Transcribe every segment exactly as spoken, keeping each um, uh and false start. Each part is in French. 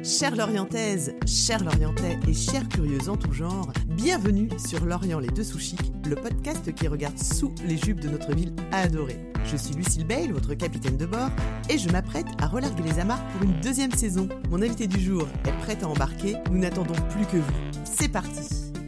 Chères Lorientaises, chers Lorientais et chères curieuses en tout genre, bienvenue sur Lorient les deux sous chics, le podcast qui regarde sous les jupes de notre ville adorée. Je suis Lucille Bale, votre capitaine de bord, et je m'apprête à relarguer les amarres pour une deuxième saison. Mon invité du jour est prête à embarquer, nous n'attendons plus que vous. C'est parti!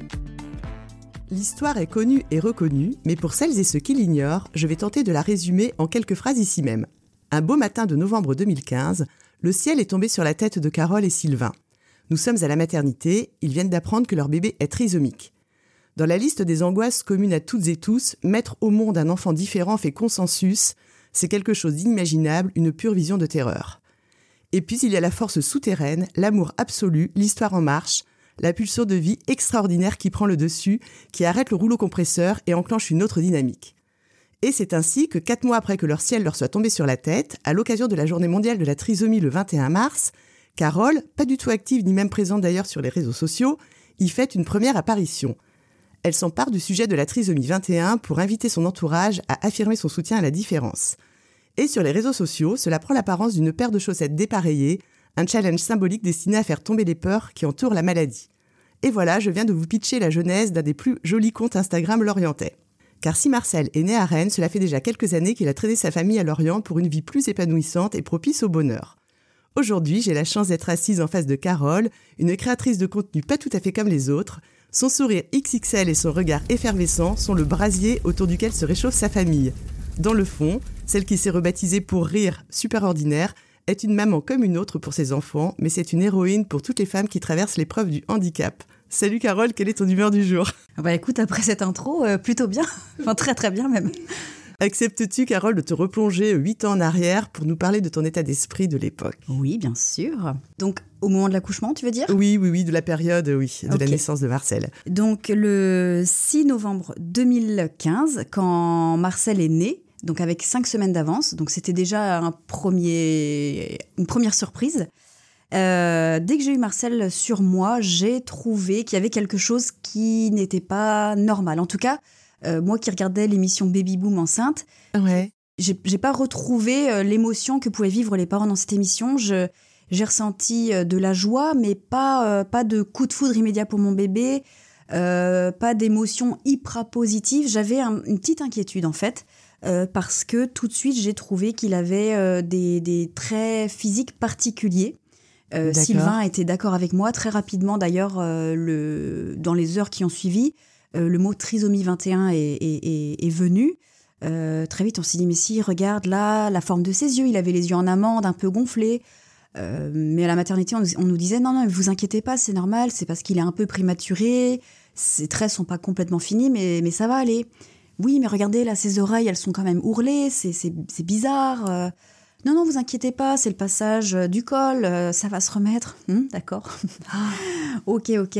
L'histoire est connue et reconnue, mais pour celles et ceux qui l'ignorent, je vais tenter de la résumer en quelques phrases ici même. Un beau matin de novembre deux mille quinze, le ciel est tombé sur la tête de Carole et Sylvain. Nous sommes à la maternité, ils viennent d'apprendre que leur bébé est trisomique. Dans la liste des angoisses communes à toutes et tous, mettre au monde un enfant différent fait consensus, c'est quelque chose d'inimaginable, une pure vision de terreur. Et puis il y a la force souterraine, l'amour absolu, l'histoire en marche, la pulsion de vie extraordinaire qui prend le dessus, qui arrête le rouleau compresseur et enclenche une autre dynamique. Et c'est ainsi que quatre mois après que leur ciel leur soit tombé sur la tête, à l'occasion de la journée mondiale de la trisomie le vingt et un mars, Carole, pas du tout active ni même présente d'ailleurs sur les réseaux sociaux, y fait une première apparition. Elle s'empare du sujet de la trisomie vingt et un pour inviter son entourage à affirmer son soutien à la différence. Et sur les réseaux sociaux, cela prend l'apparence d'une paire de chaussettes dépareillées, un challenge symbolique destiné à faire tomber les peurs qui entourent la maladie. Et voilà, je viens de vous pitcher la genèse d'un des plus jolis comptes Instagram lorientais. Car si Marcel est né à Rennes, cela fait déjà quelques années qu'il a traîné sa famille à Lorient pour une vie plus épanouissante et propice au bonheur. Aujourd'hui, j'ai la chance d'être assise en face de Carole, une créatrice de contenu pas tout à fait comme les autres. Son sourire X X L et son regard effervescent sont le brasier autour duquel se réchauffe sa famille. Dans le fond, celle qui s'est rebaptisée pour rire super ordinaire est une maman comme une autre pour ses enfants, mais c'est une héroïne pour toutes les femmes qui traversent l'épreuve du handicap. Salut Carole, quelle est ton humeur du jour ? Bah écoute, après cette intro, euh, plutôt bien, enfin très très bien même. Acceptes-tu, Carole, de te replonger huit ans en arrière pour nous parler de ton état d'esprit de l'époque ? Oui, bien sûr. Donc, au moment de l'accouchement, tu veux dire ? Oui, oui, oui, de la période, oui, de okay. la naissance de Marcel. Donc, le six novembre deux mille quinze, quand Marcel est né, donc avec cinq semaines d'avance, donc c'était déjà un premier, une première surprise. Euh, dès que j'ai eu Marcel sur moi, j'ai trouvé qu'il y avait quelque chose qui n'était pas normal. En tout cas, euh, moi qui regardais l'émission Baby Boom enceinte, ouais. j'ai, j'ai pas retrouvé euh, l'émotion que pouvaient vivre les parents dans cette émission. Je, j'ai ressenti euh, de la joie, mais pas, euh, pas de coup de foudre immédiat pour mon bébé, euh, pas d'émotion hyper positive. J'avais un, une petite inquiétude en fait, euh, parce que tout de suite, j'ai trouvé qu'il avait euh, des, des traits physiques particuliers. Euh, Sylvain était d'accord avec moi. Très rapidement, d'ailleurs, euh, le, dans les heures qui ont suivi, euh, le mot trisomie vingt et un est, est, est, est venu. Euh, très vite, on s'est dit, mais si, regarde là, la forme de ses yeux. Il avait les yeux en amande, un peu gonflés. Euh, mais à la maternité, on, on nous disait, non, non, ne vous inquiétez pas, c'est normal, c'est parce qu'il est un peu prématuré. Ses traits sont pas complètement finis, mais, mais ça va aller. Oui, mais regardez, là, ses oreilles, elles sont quand même ourlées, c'est, c'est, c'est bizarre. Euh, Non, non, vous inquiétez pas, c'est le passage du col, euh, ça va se remettre. Hum, d'accord. ok, ok.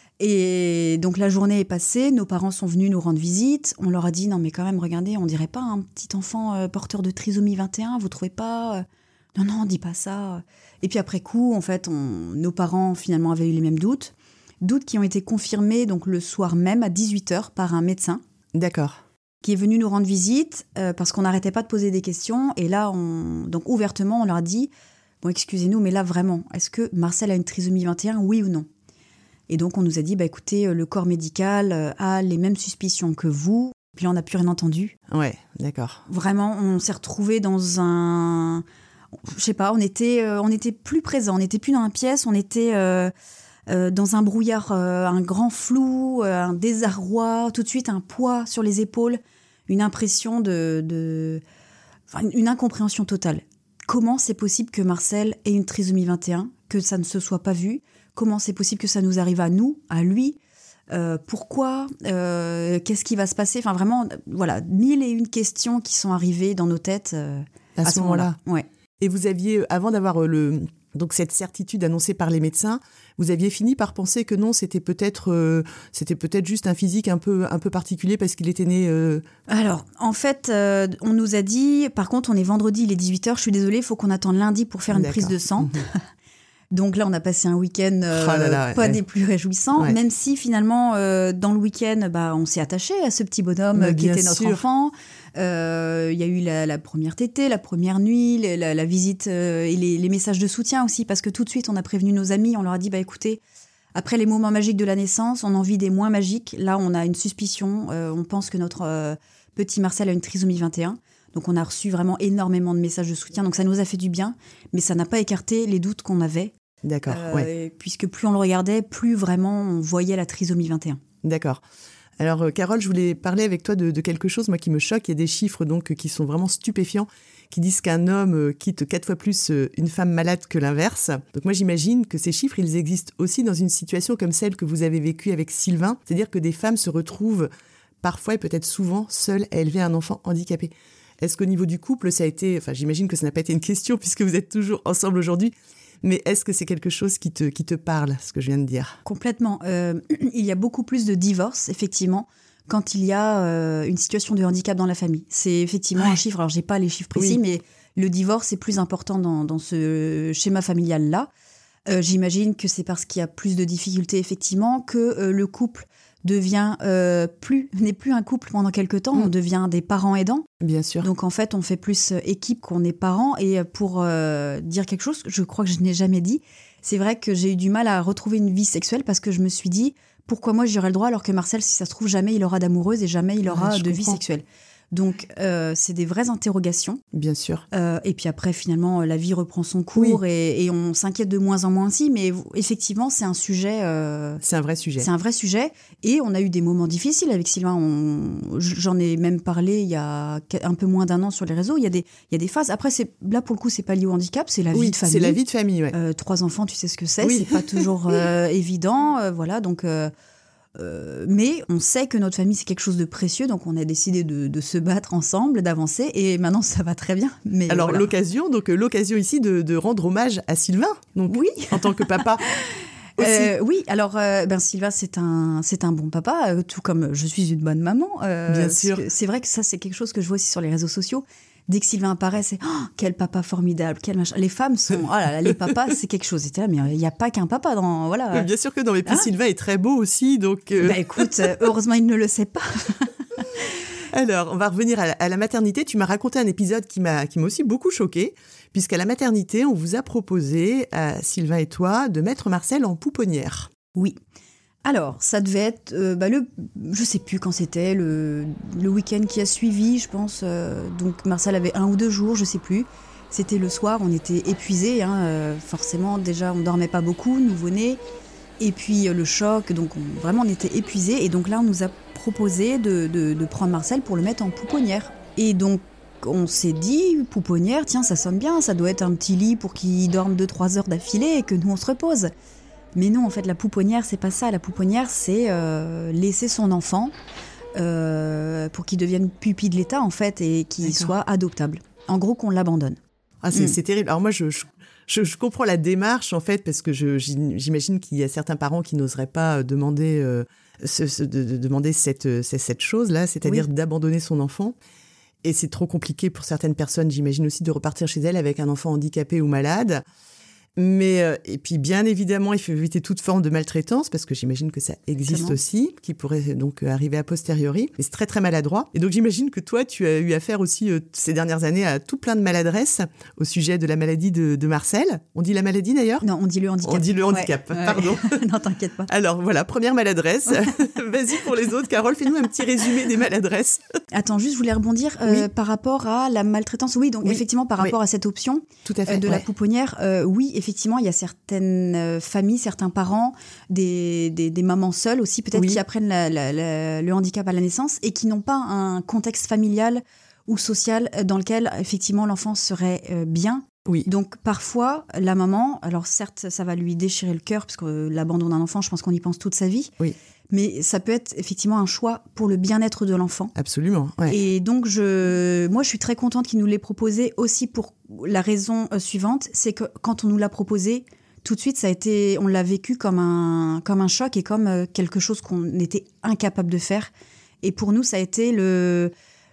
Et donc la journée est passée, nos parents sont venus nous rendre visite. On leur a dit, non mais quand même, regardez, on dirait pas un petit enfant euh, porteur de trisomie vingt et un, vous trouvez pas euh... Non, non, on dit pas ça. Et puis après coup, en fait, on... nos parents finalement avaient eu les mêmes doutes. Doutes qui ont été confirmés donc, le soir même à dix-huit heures par un médecin. D'accord. Qui est venu nous rendre visite euh, parce qu'on n'arrêtait pas de poser des questions. Et là, on... donc ouvertement, on leur a dit « Bon, excusez-nous, mais là, vraiment, est-ce que Marcel a une trisomie vingt et un, oui ou non ?» Et donc, on nous a dit bah, « Écoutez, le corps médical a les mêmes suspicions que vous. » Puis là, on n'a plus rien entendu. Ouais, d'accord. Vraiment, on s'est retrouvés dans un... Je sais pas, on était, euh, on était plus présents. On n'était plus dans la pièce, on était... Euh... Euh, dans un brouillard, euh, un grand flou, euh, un désarroi, tout de suite un poids sur les épaules, une impression de... de... Enfin, une incompréhension totale. Comment c'est possible que Marcel ait une trisomie vingt et un, que ça ne se soit pas vu ? Comment c'est possible que ça nous arrive à nous, à lui ? euh, Pourquoi euh, Qu'est-ce qui va se passer ? Enfin, vraiment, voilà, mille et une questions qui sont arrivées dans nos têtes euh, à, à ce moment-là. moment-là. Ouais. Et vous aviez, avant d'avoir le... Donc cette certitude annoncée par les médecins, vous aviez fini par penser que non, c'était peut-être, euh, c'était peut-être juste un physique un peu, un peu particulier parce qu'il était né... Euh... Alors, en fait, euh, on nous a dit, par contre, on est vendredi, il est dix-huit heures, je suis désolée, il faut qu'on attende lundi pour faire une D'accord. prise de sang. Donc là, on a passé un week-end euh, oh là là, pas ouais. des plus réjouissants, Ouais. même si finalement, euh, dans le week-end, bah, on s'est attaché à ce petit bonhomme Mais qui bien était notre sûr. enfant. Euh, Il y a eu la, la première tétée, la première nuit, la, la visite euh, et les, les messages de soutien aussi, parce que tout de suite, on a prévenu nos amis, on leur a dit, bah écoutez, après les moments magiques de la naissance, on en vit des moins magiques. Là, on a une suspicion, euh, on pense que notre euh, petit Marcel a une trisomie vingt et un. Donc on a reçu vraiment énormément de messages de soutien, donc ça nous a fait du bien, mais ça n'a pas écarté les doutes qu'on avait. D'accord, Euh, ouais. Puisque plus on le regardait, plus vraiment on voyait la trisomie vingt et un. D'accord. Alors, euh, Carole, je voulais parler avec toi de, de quelque chose, moi, qui me choque. Il y a des chiffres donc qui sont vraiment stupéfiants, qui disent qu'un homme euh, quitte quatre fois plus euh, une femme malade que l'inverse. Donc moi, j'imagine que ces chiffres, ils existent aussi dans une situation comme celle que vous avez vécue avec Sylvain. C'est-à-dire que des femmes se retrouvent parfois et peut-être souvent seules à élever un enfant handicapé. Est-ce qu'au niveau du couple, ça a été... Enfin, j'imagine que ça n'a pas été une question puisque vous êtes toujours ensemble aujourd'hui. Mais est-ce que c'est quelque chose qui te, qui te parle, ce que je viens de dire ? Complètement. Euh, il y a beaucoup plus de divorces, effectivement, quand il y a euh, une situation de handicap dans la famille. C'est effectivement Ouais. un chiffre, alors j'ai pas les chiffres précis, Oui. mais le divorce est plus important dans, dans ce schéma familial-là. Euh, j'imagine que c'est parce qu'il y a plus de difficultés, effectivement, que euh, le couple devient euh, plus, n'est plus un couple pendant quelque temps, Mm. on devient des parents aidants. Bien sûr. Donc en fait, on fait plus équipe qu'on est parents. Et pour euh, dire quelque chose que je crois que je n'ai jamais dit, c'est vrai que j'ai eu du mal à retrouver une vie sexuelle parce que je me suis dit, pourquoi moi j'aurais le droit alors que Marcel, si ça se trouve, jamais il aura d'amoureuse et jamais il aura Ouais, je de vie comprends. sexuelle. Donc euh, c'est des vraies interrogations. Bien sûr. Euh, et puis après, finalement, la vie reprend son cours Oui. et, et on s'inquiète de moins en moins aussi. Mais effectivement, c'est un sujet... euh, C'est un vrai sujet. c'est un vrai sujet. Et on a eu des moments difficiles avec Sylvain. On... J'en ai même parlé il y a un peu moins d'un an sur les réseaux. Il y a des, il y a des phases. Après, c'est... là, pour le coup, c'est pas lié au handicap, c'est la oui, vie de famille. c'est la vie de famille, ouais. Euh, trois enfants, tu sais ce que c'est. Oui. C'est pas toujours euh, évident. Euh, voilà, donc... Euh, euh, mais on sait que notre famille, c'est quelque chose de précieux. Donc, on a décidé de, de se battre ensemble, d'avancer. Et maintenant, ça va très bien. Mais Alors, voilà. l'occasion, donc, euh, l'occasion ici de, de rendre hommage à Sylvain, donc, Oui. en tant que papa. Aussi. Euh, oui, alors euh, ben Sylvain, c'est un, c'est un bon papa, euh, tout comme je suis une bonne maman. Euh, Bien sûr. C'est, c'est vrai que ça, c'est quelque chose que je vois aussi sur les réseaux sociaux. Dès que Sylvain apparaît, c'est oh, quel papa formidable, quel machin. Les femmes sont, oh là là, les papas, c'est quelque chose. C'était là, mais il n'y a pas qu'un papa dans, voilà. Mais bien sûr que non, mais puis Hein Sylvain est très beau aussi, donc. euh, Bah écoute, euh, heureusement il ne le sait pas. Alors, on va revenir à la, à la maternité. Tu m'as raconté un épisode qui m'a, qui m'a aussi beaucoup choquée, puisqu'à la maternité, on vous a proposé, à Sylvain et toi, de mettre Marcel en pouponnière. Oui. Alors, ça devait être, euh, bah, le, je sais plus quand c'était, le, le week-end qui a suivi, je pense. Euh, donc, Marcel avait un ou deux jours, je sais plus. C'était le soir, on était épuisés, hein, euh, forcément. Déjà, on dormait pas beaucoup, nouveau-né. Et puis, euh, le choc, donc on, vraiment, on était épuisés. Et donc là, on nous a proposé de, de, de prendre Marcel pour le mettre en pouponnière. Et donc, on s'est dit, pouponnière, tiens, ça sonne bien, ça doit être un petit lit pour qu'il dorme deux trois heures d'affilée et que nous, on se repose. Mais non, en fait, la pouponnière, c'est pas ça. La pouponnière, c'est euh, laisser son enfant euh, pour qu'il devienne pupille de l'État, en fait, et qu'il D'accord. soit adoptable. En gros, qu'on l'abandonne. Ah, c'est, Mm. c'est terrible. Alors moi, je, je, je, je comprends la démarche, en fait, parce que je, j'imagine qu'il y a certains parents qui n'oseraient pas demander, euh, ce, ce, de, de demander cette, cette, cette chose-là, c'est-à-dire Oui. d'abandonner son enfant. Et c'est trop compliqué pour certaines personnes, j'imagine aussi, de repartir chez elles avec un enfant handicapé ou malade. Mais, euh, et puis, bien évidemment, il faut éviter toute forme de maltraitance, parce que j'imagine que ça existe Exactement. aussi, qui pourrait donc arriver a posteriori. Mais c'est très, très maladroit. Et donc, j'imagine que toi, tu as eu affaire aussi, euh, ces dernières années, à tout plein de maladresses au sujet de la maladie de, de Marcel. On dit la maladie, d'ailleurs ? Non, on dit le handicap. On dit le handicap, Ouais, ouais. pardon. Non, t'inquiète pas. Alors, voilà, première maladresse. Vas-y pour les autres. Carole, fais-nous un petit résumé des maladresses. Attends, juste, je voulais rebondir euh, Oui. par rapport à la maltraitance. Oui, donc Oui. effectivement, par Oui. rapport à cette option Tout à fait. euh, de ouais. la pouponnière, euh, oui, effectivement, il y a certaines euh, familles, certains parents, des, des, des mamans seules aussi, peut-être, Oui. qui apprennent la- la- la- le handicap à la naissance et qui n'ont pas un contexte familial ou social dans lequel, effectivement, l'enfant serait euh, bien. Oui. Donc, parfois, la maman, alors certes, ça va lui déchirer le cœur, parce que euh, l'abandon d'un enfant, je pense qu'on y pense toute sa vie. Oui. Mais ça peut être effectivement un choix pour le bien-être de l'enfant. Absolument. Ouais. Et donc, je, moi, je suis très contente qu'il nous l'ait proposé aussi pour la raison euh, suivante, c'est que quand on nous l'a proposé, tout de suite, ça a été, on l'a vécu comme un, comme un choc et comme euh, quelque chose qu'on était incapable de faire. Et pour nous, ça a été le,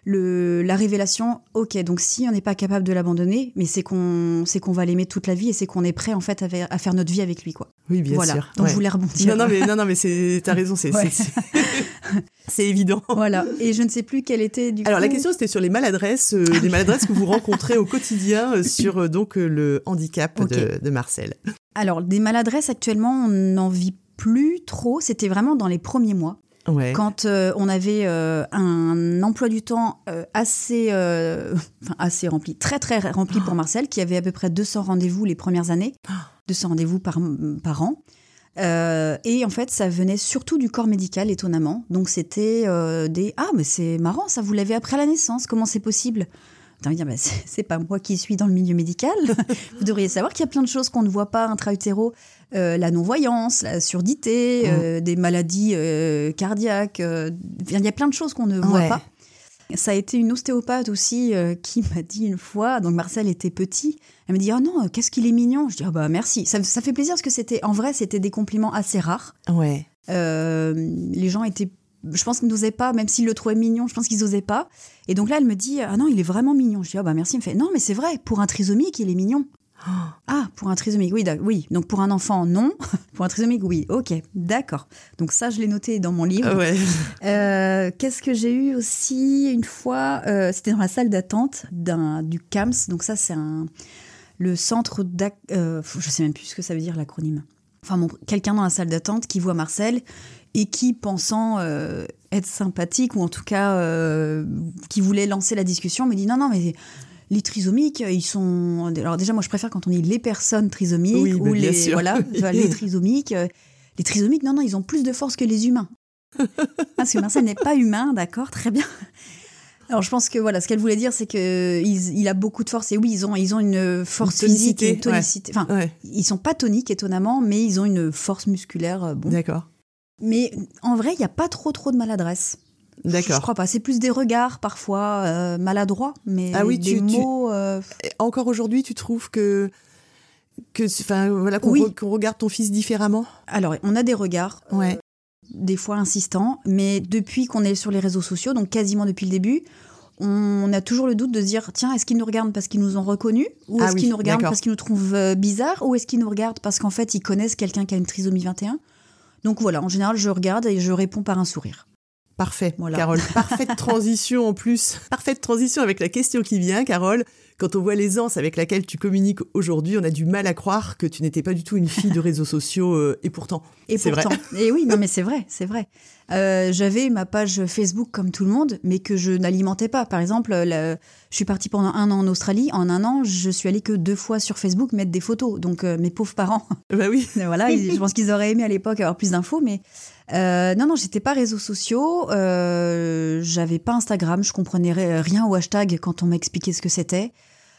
le, la révélation, ok, donc si on n'est pas capable de l'abandonner, mais c'est qu'on, c'est qu'on va l'aimer toute la vie et c'est qu'on est prêt en fait à, à faire notre vie avec lui, quoi. Oui, bien voilà. sûr. Donc ouais. je voulais rebondir. Non, non, mais, non, non, mais c'est, t'as raison, c'est, ouais. c'est, c'est, c'est évident. Voilà, et je ne sais plus quelle était du Alors coup... la question c'était sur les maladresses, euh, les maladresses que vous rencontrez au quotidien euh, sur euh, donc euh, le handicap okay. de, de Marcel. Alors des maladresses actuellement, on n'en vit plus trop, c'était vraiment dans les premiers mois. Ouais. Quand euh, on avait euh, un emploi du temps euh, assez, euh, enfin, assez rempli, très très rempli pour Marcel, qui avait à peu près deux cents rendez-vous les premières années, deux cents rendez-vous par, par an. Euh, et en fait, ça venait surtout du corps médical, étonnamment. Donc c'était euh, des « Ah, mais c'est marrant, ça vous l'avez après la naissance, comment c'est possible ?» T'as envie de dire, bah, c'est, c'est pas moi qui suis dans le milieu médical. Vous devriez savoir qu'il y a plein de choses qu'on ne voit pas intra-utéro. Euh, la non-voyance, la surdité, mmh. euh, des maladies euh, cardiaques. Euh, il y a plein de choses qu'on ne voit ouais. pas. Ça a été une ostéopathe aussi euh, qui m'a dit une fois, donc Marcel était petit, elle m'a dit « Oh non, qu'est-ce qu'il est mignon !» Je dis « Ah bah merci !» Ça, ça fait plaisir parce que c'était, en vrai, c'était des compliments assez rares. Ouais. Euh, les gens étaient... Je pense qu'ils n'osaient pas, même s'ils le trouvaient mignon, je pense qu'ils n'osaient pas. Et donc là, elle me dit « Ah non, il est vraiment mignon. » Je dis « Ah bah merci. » Elle me fait « Non, mais c'est vrai, pour un trisomique, il est mignon. » Oh. Ah, pour un trisomique, oui, oui. Donc pour un enfant, non. Pour un trisomique, oui. Ok, d'accord. Donc ça, je l'ai noté dans mon livre. Ouais. Euh, qu'est-ce que j'ai eu aussi une fois euh, C'était dans la salle d'attente d'un, du C A M S. Donc ça, c'est un, le centre d'ac... Euh, je sais même plus ce que ça veut dire, l'acronyme. Enfin bon, quelqu'un dans la salle d'attente qui voit Marcel et qui, pensant euh, être sympathique, ou en tout cas euh, qui voulait lancer la discussion, me dit « Non, non, mais... » Les trisomiques, ils sont... Alors déjà, moi, je préfère quand on dit les personnes trisomiques oui, ou les, sûr. voilà, les trisomiques. Les trisomiques, non, non, ils ont plus de force que les humains. Parce que Marcel n'est pas humain, d'accord, très bien. Alors, je pense que voilà, ce qu'elle voulait dire, c'est qu'il il a beaucoup de force. Et oui, ils ont, ils ont une force une physique, tonicité, une tonicité. Ouais. Enfin, ouais. Ils sont pas toniques, étonnamment, mais ils ont une force musculaire. Bon. D'accord. Mais en vrai, il n'y a pas trop, trop de maladresse. D'accord. Je crois pas. C'est plus des regards, parfois, euh, maladroits, mais ah oui, des tu, mots... Tu... Euh... Encore aujourd'hui, tu trouves que... que enfin, voilà, qu'on, oui. re, qu'on regarde ton fils différemment ? Alors, on a des regards, ouais. euh, des fois insistants, mais depuis qu'on est sur les réseaux sociaux, donc quasiment depuis le début, on a toujours le doute de se dire, tiens, est-ce qu'ils nous regardent parce qu'ils nous ont reconnus ? Ou est-ce ah oui, qu'ils nous regardent d'accord. parce qu'ils nous trouvent euh, bizarres ? Ou est-ce qu'ils nous regardent parce qu'en fait, ils connaissent quelqu'un qui a une trisomie vingt et un ? Donc voilà, en général, je regarde et je réponds par un sourire. Parfait, voilà. Carole. Parfaite transition en plus. Parfaite transition avec la question qui vient, Carole. Quand on voit l'aisance avec laquelle tu communiques aujourd'hui, on a du mal à croire que tu n'étais pas du tout une fille de réseaux sociaux. Euh, et pourtant, et c'est pourtant. vrai. Et oui, non mais c'est vrai, c'est vrai. Euh, j'avais ma page Facebook comme tout le monde, mais que je n'alimentais pas. Par exemple, la... je suis partie pendant un an en Australie. En un an, je suis allée que deux fois sur Facebook mettre des photos. Donc euh, mes pauvres parents. Bah oui. Voilà, je pense qu'ils auraient aimé à l'époque avoir plus d'infos, mais euh, non, non, j'étais pas réseaux sociaux. Euh, j'avais pas Instagram. Je comprenais rien au hashtag quand on m'expliquait ce que c'était.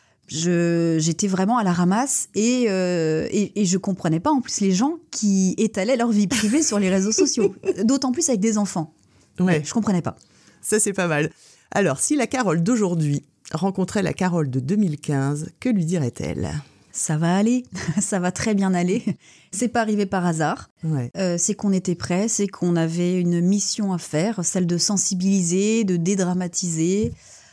Je, j'étais vraiment à la ramasse et, euh, et, et je comprenais pas en plus les gens qui étalaient leur vie privée sur les réseaux sociaux, d'autant plus avec des enfants. Ouais. Je comprenais pas. Ça, c'est pas mal. Alors, si la Carole d'aujourd'hui rencontrait la Carole de deux mille quinze, que lui dirait-elle ? Ça va aller, ça va très bien aller. C'est pas arrivé par hasard. Ouais. Euh, c'est qu'on était prêts, c'est qu'on avait une mission à faire, celle de sensibiliser, de dédramatiser.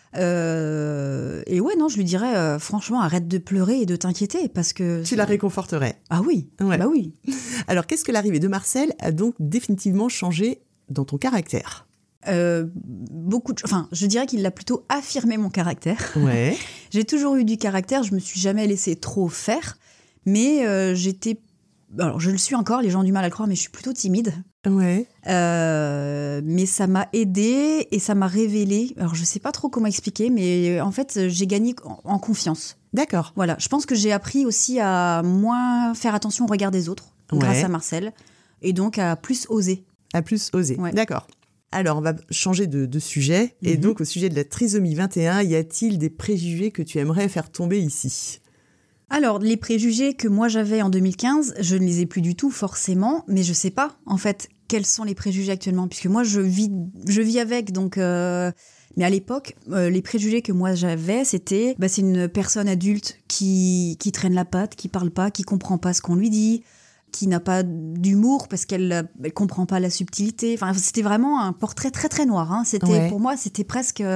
Euh, et ouais, non, je lui dirais, euh, franchement, arrête de pleurer et de t'inquiéter, parce que... Tu la réconforterais. Ah oui, ouais. bah oui. Alors, qu'est-ce que l'arrivée de Marcel a donc définitivement changé dans ton caractère ? euh, Beaucoup de... Enfin, je dirais qu'il a plutôt affirmé mon caractère. Ouais. J'ai toujours eu du caractère, je me suis jamais laissée trop faire, mais euh, j'étais... Alors, je le suis encore, les gens ont du mal à le croire, mais je suis plutôt timide. Ouais. Euh, mais ça m'a aidée et ça m'a révélée. Alors, je sais pas trop comment expliquer, mais en fait, j'ai gagné en, en confiance. D'accord. Voilà. Je pense que j'ai appris aussi à moins faire attention au regard des autres, ouais. grâce à Marcel, et donc à plus oser. À plus oser. Ouais. D'accord. Alors, on va changer de, de sujet. Mm-hmm. Et donc, au sujet de la trisomie vingt et un, y a-t-il des préjugés que tu aimerais faire tomber ici ? Alors, les préjugés que moi j'avais en deux mille quinze, je ne les ai plus du tout forcément, mais je sais pas, en fait, quels sont les préjugés actuellement, puisque moi je vis, je vis avec, donc... Euh... Mais à l'époque, euh, les préjugés que moi j'avais, c'était bah, c'est une personne adulte qui, qui traîne la patte, qui parle pas, qui comprend pas ce qu'on lui dit, qui n'a pas d'humour parce qu'elle ne comprend pas la subtilité. Enfin, c'était vraiment un portrait très très noir. Hein. C'était, ouais. Pour moi, c'était presque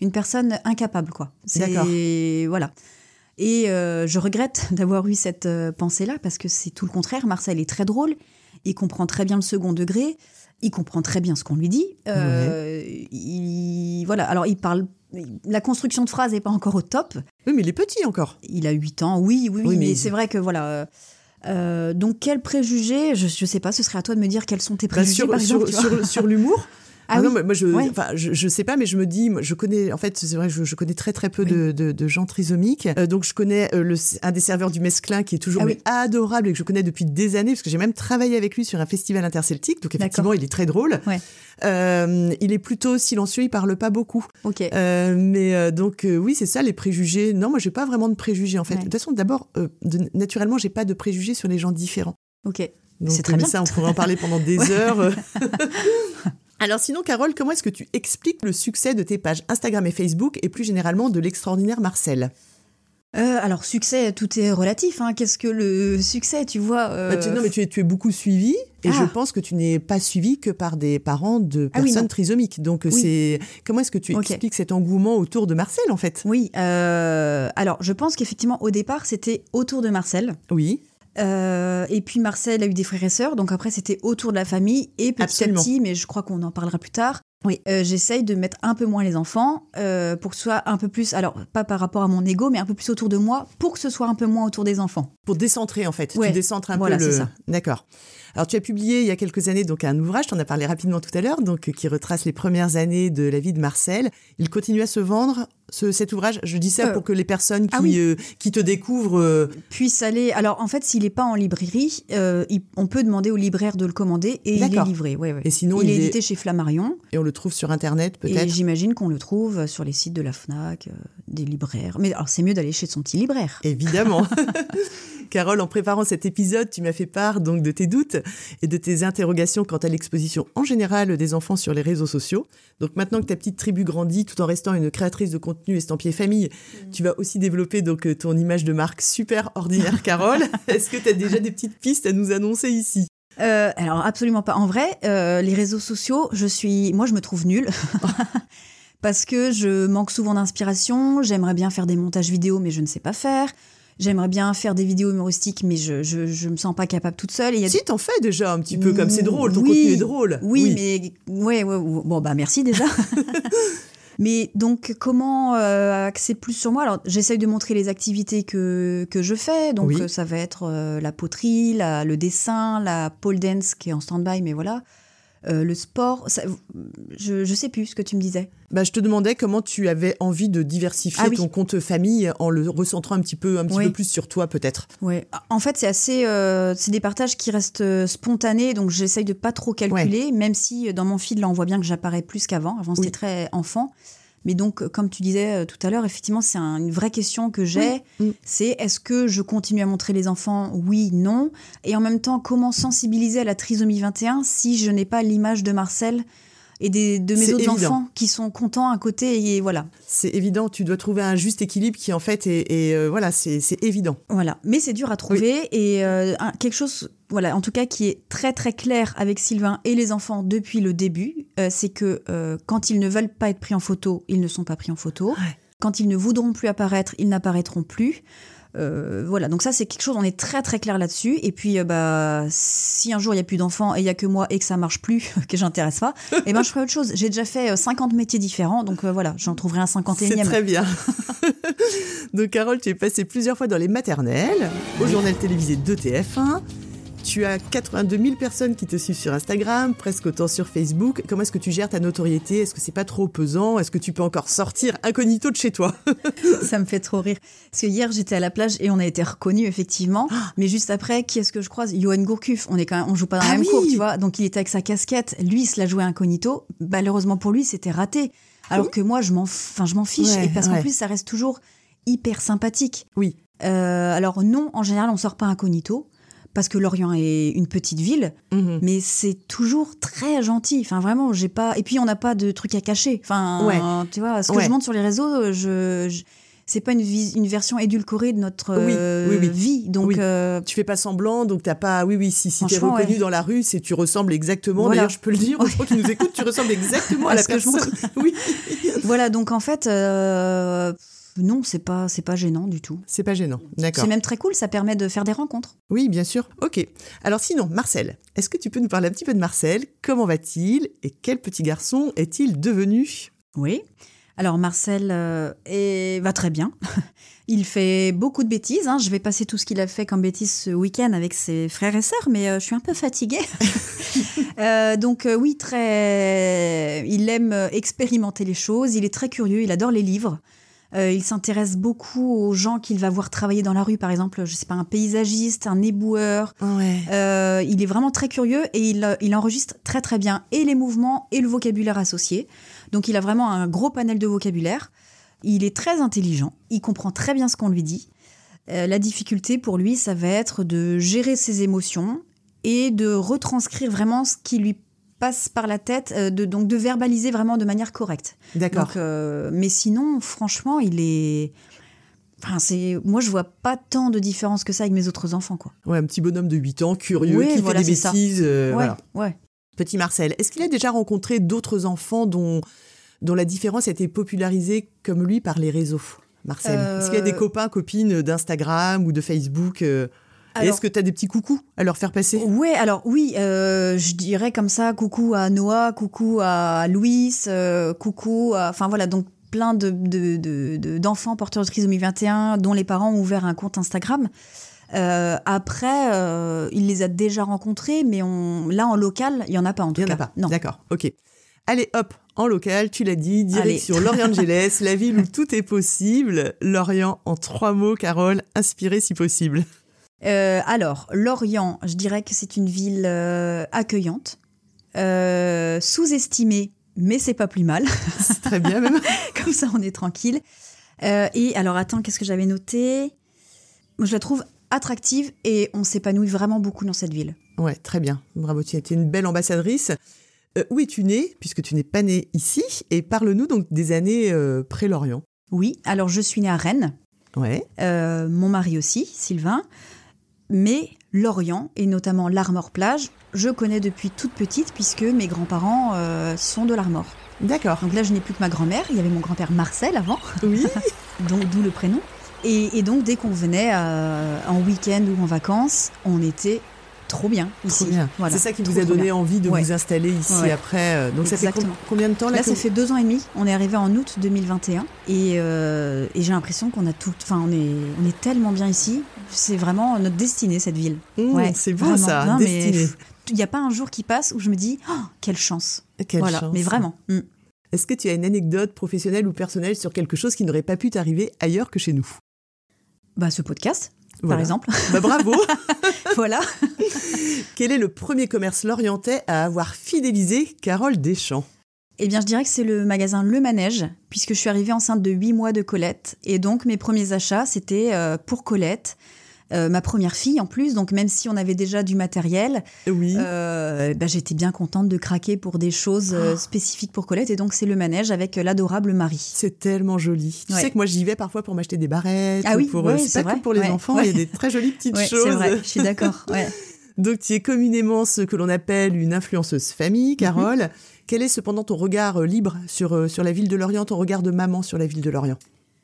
une personne incapable, quoi. C'est, D'accord. voilà. Et euh, je regrette d'avoir eu cette euh, pensée-là, parce que c'est tout le contraire. Marcel est très drôle, il comprend très bien le second degré, il comprend très bien ce qu'on lui dit. Euh, ouais. il, voilà, alors il parle... La construction de phrase n'est pas encore au top. Oui, mais il est petit encore. Il a huit ans, oui, oui, oui, oui mais, mais c'est vrai que voilà... Euh, donc, quels préjugés ? Je ne sais pas, ce serait à toi de me dire quels sont tes préjugés, bah, sur, par exemple. Sur, sur, sur l'humour Ah, ah oui. non, moi je, ouais. je, je sais pas, mais je me dis, je connais, en fait, c'est vrai, je, je connais très très peu oui. de, de, de gens trisomiques. Euh, donc je connais euh, le, un des serveurs du Mesclin qui est toujours ah, oui. adorable et que je connais depuis des années parce que j'ai même travaillé avec lui sur un festival interceltique. Donc effectivement, D'accord. il est très drôle. Ouais. Euh, il est plutôt silencieux, il parle pas beaucoup. Okay. Euh, mais euh, donc euh, oui, c'est ça les préjugés. Non, moi j'ai pas vraiment de préjugés en fait. Ouais. De toute façon, d'abord, euh, de, naturellement, j'ai pas de préjugés sur les gens différents. Ok. Donc, c'est très bien. Ça, on pourrait en parler pendant des ouais. heures. Alors sinon, Carole, comment est-ce que tu expliques le succès de tes pages Instagram et Facebook et plus généralement de l'extraordinaire Marcel ? Euh, alors, succès, tout est relatif. Hein. Qu'est-ce que le succès, tu vois euh... bah, tu, Non, mais tu es, tu es beaucoup suivie et ah. je pense que tu n'es pas suivie que par des parents de personnes ah oui, trisomiques. Donc, oui. c'est... comment est-ce que tu okay. expliques cet engouement autour de Marcel, en fait ? Oui, euh... alors, je pense qu'effectivement, au départ, c'était autour de Marcel. Oui. Euh, et puis Marcel a eu des frères et sœurs, donc après c'était autour de la famille et petit Absolument. à petit, mais je crois qu'on en parlera plus tard. Oui, euh, j'essaye de mettre un peu moins les enfants euh, pour que ce soit un peu plus, alors pas par rapport à mon ego, mais un peu plus autour de moi pour que ce soit un peu moins autour des enfants. Pour décentrer en fait, ouais. tu décentres un voilà, peu le. C'est ça. D'accord. Alors tu as publié il y a quelques années donc un ouvrage, tu en as parlé rapidement tout à l'heure, donc qui retrace les premières années de la vie de Marcel. Il continue à se vendre. Ce, cet ouvrage, je dis ça euh, pour que les personnes qui, ah oui. euh, qui te découvrent euh... puissent aller. Alors en fait, s'il n'est pas en librairie, euh, il, on peut demander au libraire de le commander et D'accord. il est livré. Ouais, ouais. Et sinon, il, il est édité est... chez Flammarion. Et on le trouve sur Internet peut-être. Et j'imagine qu'on le trouve sur les sites de la Fnac, euh, des libraires. Mais alors c'est mieux d'aller chez son petit libraire. Évidemment. Carole, en préparant cet épisode, tu m'as fait part donc de tes doutes et de tes interrogations quant à l'exposition en général des enfants sur les réseaux sociaux. Donc maintenant que ta petite tribu grandit tout en restant une créatrice de contenu estampillé famille, mmh. tu vas aussi développer donc ton image de marque super ordinaire, Carole. Est-ce que tu as déjà des petites pistes à nous annoncer ici ? Euh, alors absolument pas. En vrai, euh, les réseaux sociaux, je suis, moi je me trouve nulle parce que je manque souvent d'inspiration. J'aimerais bien faire des montages vidéo, mais je ne sais pas faire. J'aimerais bien faire des vidéos humoristiques, mais je je je me sens pas capable toute seule. Et y a si des... t'en fais déjà un petit peu comme c'est drôle, ton oui, contenu est drôle. Oui, oui. mais ouais, ouais, ouais bon bah merci déjà. Mais donc, comment euh, axer plus sur moi ? Alors, j'essaye de montrer les activités que, que je fais. Donc, oui. ça va être euh, la poterie, la, le dessin, la pole dance qui est en stand-by, mais voilà. Euh, le sport, ça, je ne sais plus ce que tu me disais. Bah, je te demandais comment tu avais envie de diversifier ah, oui. ton compte famille en le recentrant un petit peu, un petit oui. peu plus sur toi, peut-être. Oui. En fait, c'est assez, euh, c'est des partages qui restent spontanés, donc j'essaye de pas trop calculer, ouais. même si dans mon feed, là, on voit bien que j'apparais plus qu'avant. Avant, c'était oui. très enfant. Mais donc, comme tu disais tout à l'heure, effectivement, c'est un, une vraie question que j'ai. Oui. C'est est-ce que je continue à montrer les enfants ? Oui, non. Et en même temps, comment sensibiliser à la trisomie vingt et un si je n'ai pas l'image de Marcel et des, de mes c'est autres évident. Enfants qui sont contents à côté et voilà. C'est évident, tu dois trouver un juste équilibre qui en fait est, est euh, voilà, c'est, c'est évident. Voilà, mais c'est dur à trouver oui. et euh, un, quelque chose, voilà, en tout cas qui est très très clair avec Sylvain et les enfants depuis le début, euh, c'est que euh, quand ils ne veulent pas être pris en photo, ils ne sont pas pris en photo. Ouais. Quand ils ne voudront plus apparaître, ils n'apparaîtront plus. Euh, voilà, donc ça c'est quelque chose, on est très très clair là-dessus. Et puis euh, bah si un jour il y a plus d'enfants et il y a que moi et que ça marche plus, que j'intéresse pas, et ben je ferai autre chose. J'ai déjà fait cinquante métiers différents, donc euh, voilà, j'en trouverai un cinquante et unième. C'est très bien. Donc Carole, tu es passée plusieurs fois dans les maternelles, au journal télévisé de T F un. Tu as quatre-vingt-deux mille personnes qui te suivent sur Instagram, presque autant sur Facebook. Comment est-ce que tu gères ta notoriété ? Est-ce que c'est pas trop pesant ? Est-ce que tu peux encore sortir incognito de chez toi ? Ça me fait trop rire. Parce que hier, j'étais à la plage et on a été reconnus, effectivement. Mais juste après, qui est-ce que je croise ? Johan Gourcuff. On est quand même, on joue pas dans la ah même oui cour, tu vois. Donc, il était avec sa casquette. Lui, il se la jouait incognito. Malheureusement pour lui, c'était raté. Alors que moi, je m'en, enfin, je m'en fiche. Ouais, et parce ouais. qu'en plus, ça reste toujours hyper sympathique. Oui. Euh, alors non, en général, on sort pas incognito. Parce que Lorient est une petite ville, mmh. mais c'est toujours très gentil. Enfin, vraiment, j'ai pas. Et puis, on n'a pas de trucs à cacher. Enfin, ouais. tu vois, ce que ouais. je montre sur les réseaux, je, je... c'est pas une, vis- une version édulcorée de notre Oui, euh, oui, oui. vie. Donc, Oui. euh, Tu fais pas semblant, donc t'as pas... Oui, oui, si, si t'es Franchement, reconnu ouais. dans la rue, c'est tu ressembles exactement. Voilà. D'ailleurs, je peux le dire aux gens qui nous écoutent, tu ressembles exactement à À la ce que je personne. Oui. voilà, donc en fait, euh, non, c'est pas, c'est pas gênant du tout. C'est pas gênant, d'accord. C'est même très cool, ça permet de faire des rencontres. Oui, bien sûr. Ok. Alors sinon, Marcel, est-ce que tu peux nous parler un petit peu de Marcel? Comment va-t-il? Et quel petit garçon est-il devenu? Oui. Alors Marcel euh, est- va très bien. Il fait beaucoup de bêtises. Hein. Je vais passer tout ce qu'il a fait comme bêtises ce week-end avec ses frères et sœurs, mais euh, je suis un peu fatiguée. euh, donc euh, oui, très. Il aime expérimenter les choses. Il est très curieux. Il adore les livres. Euh, il s'intéresse beaucoup aux gens qu'il va voir travailler dans la rue, par exemple, je sais pas, un paysagiste, un éboueur. Ouais. Euh, il est vraiment très curieux et il, il enregistre très très bien et les mouvements et le vocabulaire associé. Donc il a vraiment un gros panel de vocabulaire. Il est très intelligent, il comprend très bien ce qu'on lui dit. Euh, la difficulté pour lui, ça va être de gérer ses émotions et de retranscrire vraiment ce qui lui passe par la tête, euh, de, donc de verbaliser vraiment de manière correcte. D'accord. Donc, euh, mais sinon, franchement, il est... Enfin, c'est... Moi, je vois pas tant de différence que ça avec mes autres enfants, quoi. Ouais, un petit bonhomme de huit ans, curieux, Oui, qui voilà, fait des c'est ça. bêtises. euh, ouais, voilà. ouais. Petit Marcel, est-ce qu'il a déjà rencontré d'autres enfants dont, dont la différence a été popularisée comme lui par les réseaux? Marcel, Euh... est-ce qu'il y a des copains, copines d'Instagram ou de Facebook euh, et Alors- est-ce que tu as des petits coucous à leur faire passer? Ouais, alors oui, euh, je dirais comme ça, coucou à Noah, coucou à Louis, euh, coucou à... Enfin voilà, donc plein de, de, de, de- d'enfants porteurs de trisomie vingt et un dont les parents ont ouvert un compte Instagram. Euh, après, euh, il les a déjà rencontrés, mais on, là, en local, il n'y en a pas en tout Il n'y en cas. a pas, Non. d'accord, ok. Allez, hop, en local, tu l'as dit, direction Allez. Los Angeles, la ville où tout est possible. Lorient, en trois mots, Carole, inspirée si possible. Euh, alors, Lorient, je dirais que c'est une ville euh, accueillante, euh, sous-estimée, mais c'est pas plus mal. C'est très bien même. Comme ça, on est tranquille. Euh, et alors, attends, qu'est-ce que j'avais noté? Moi, je la trouve attractive et on s'épanouit vraiment beaucoup dans cette ville. Ouais, très bien. Bravo, tu as été une belle ambassadrice. Euh, où es-tu née, puisque tu n'es pas née ici? Et parle-nous donc des années euh, pré-Lorient. Oui, alors je suis née à Rennes, Ouais. euh, mon mari aussi, Sylvain, mais Lorient, et notamment l'Armor-Plage, je connais depuis toute petite puisque mes grands-parents euh, sont de l'Armor. D'accord. Donc là, je n'ai plus que ma grand-mère, il y avait mon grand-père Marcel avant, Oui. donc d'où le prénom. Et, et donc, dès qu'on venait euh, en week-end ou en vacances, on était trop bien ici. Trop bien. Voilà, C'est ça qui trop, vous a trop donné bien. envie de Ouais. vous installer ici Ouais. après. euh, Donc ça fait com- Exactement. combien de temps là, Là, que ça vous- fait deux ans et demi. On est arrivé en août deux mille vingt et un. Et, euh, et j'ai l'impression qu'on a tout... Enfin, on est, on est tellement bien ici. C'est vraiment notre destinée, cette ville. Mmh, Ouais, c'est beau vraiment. ça, Non, mais destinée. il n'y a pas un jour qui passe où je me dis oh, quelle chance. Quelle voilà, chance. mais vraiment. Mm. Est-ce que tu as une anecdote professionnelle ou personnelle sur quelque chose qui n'aurait pas pu t'arriver ailleurs que chez nous? Bah, ce podcast, Voilà. par exemple. Bah, bravo. Voilà. Quel est le premier commerce lorientais à avoir fidélisé Carole Deschamps? Eh bien, je dirais que c'est le magasin Le Manège, puisque je suis arrivée enceinte de huit mois de Colette. Et donc, mes premiers achats, c'était euh, pour Colette, euh, ma première fille en plus. Donc, même si on avait déjà du matériel, Oui. euh, bah, j'étais bien contente de craquer pour des choses euh, spécifiques pour Colette. Et donc, c'est Le Manège avec euh, l'adorable Marie. C'est tellement joli. Tu Ouais. sais que moi, j'y vais parfois pour m'acheter des barrettes. Ah ou oui, pour, ouais, c'est c'est pas vrai. que pour les Ouais, enfants, ouais. il y a des très jolies petites Ouais, choses. c'est vrai, je suis d'accord. Ouais. Donc, tu es communément ce que l'on appelle une influenceuse famille, Carole. Mm-hmm. Quel est cependant ton regard euh, libre sur, euh, sur la ville de Lorient, ton regard de maman sur la ville de Lorient?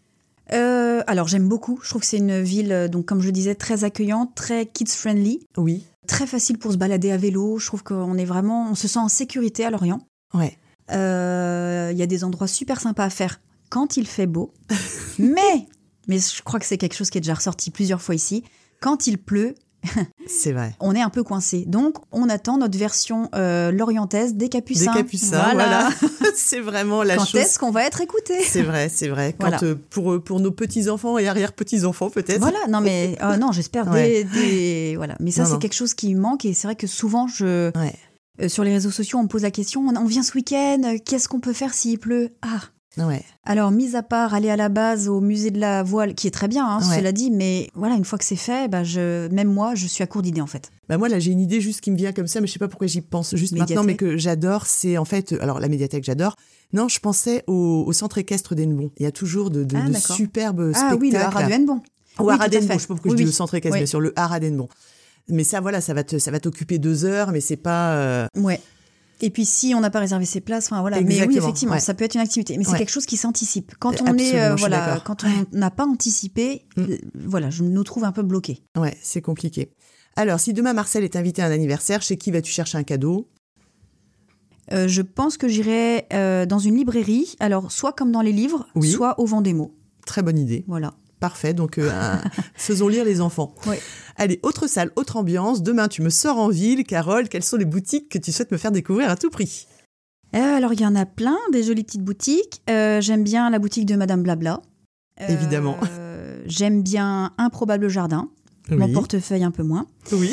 Euh, alors, j'aime beaucoup. Je trouve que c'est une ville, euh, donc comme je le disais, très accueillante, très kids-friendly, Oui. très facile pour se balader à vélo. Je trouve qu'on est vraiment, on se sent en sécurité à Lorient. Ouais. Il euh, y a des endroits super sympas à faire quand il fait beau. mais, mais je crois que c'est quelque chose qui est déjà ressorti plusieurs fois ici. Quand il pleut, c'est vrai. On est un peu coincé. Donc, on attend notre version euh, lorientaise des Capucins. Des Capucins, voilà. voilà. C'est vraiment la Quand chose. Quand est-ce qu'on va être écouté? C'est vrai, c'est vrai. Quand, voilà. euh, pour, pour nos petits-enfants et arrière-petits-enfants, peut-être. Voilà, non, mais euh, non, j'espère ouais. des, des... Voilà. Mais ça, non, c'est non. quelque chose qui me manque. Et c'est vrai que souvent, je... Ouais. Euh, sur les réseaux sociaux, on me pose la question, on, on vient ce week-end, qu'est-ce qu'on peut faire s'il pleut? Ah, Ouais. Alors, mis à part aller à la base au musée de la voile, qui est très bien, hein, Ouais. cela dit, mais voilà, une fois que c'est fait, bah, je, même moi, je suis à court d'idées en fait. Bah moi, là, j'ai une idée juste qui me vient comme ça, mais je sais pas pourquoi j'y pense juste Médiathèque. maintenant, mais que j'adore. C'est en fait, alors la médiathèque, j'adore. Non, je pensais au, au centre équestre d'Hennebeau. Il y a toujours de, de, Ah, de d'accord. superbes Ah spectacles. oui, le haras de Hennebon. Ou Oui, haras tout à d'Hennebeau, fait. je sais pas pourquoi Oui, je dis oui. le centre équestre, Oui. bien sûr, le haras d'Hennebeau. Mais ça, voilà, ça va te, ça va t'occuper deux heures, mais c'est pas. Euh... Ouais. Et puis si on n'a pas réservé ses places, enfin voilà. Mais oui, Exactement, effectivement, ouais. ça peut être une activité, mais c'est Ouais. quelque chose qui s'anticipe. Quand Euh, on est, absolument, euh, je suis voilà, d'accord. quand on n'a pas anticipé, Mm. euh, voilà, je nous trouve un peu bloqués. Ouais, c'est compliqué. Alors, si demain Marcel est invité à un anniversaire, chez qui vas-tu chercher un cadeau? Euh, je pense que j'irai euh, dans une librairie, alors soit comme dans les livres, Oui. soit au Vendémo. Très bonne idée. Voilà. Parfait, donc euh, un- faisons lire les enfants. Ouais. Allez, autre salle, autre ambiance. Demain, tu me sors en ville. Carole, quelles sont les boutiques que tu souhaites me faire découvrir à tout prix? Euh, alors il y en a plein, des jolies petites boutiques. Euh, j'aime bien la boutique de Madame Blabla. Euh, Évidemment. J'aime bien Improbable Jardin. Mon Oui. portefeuille un peu moins. Oui.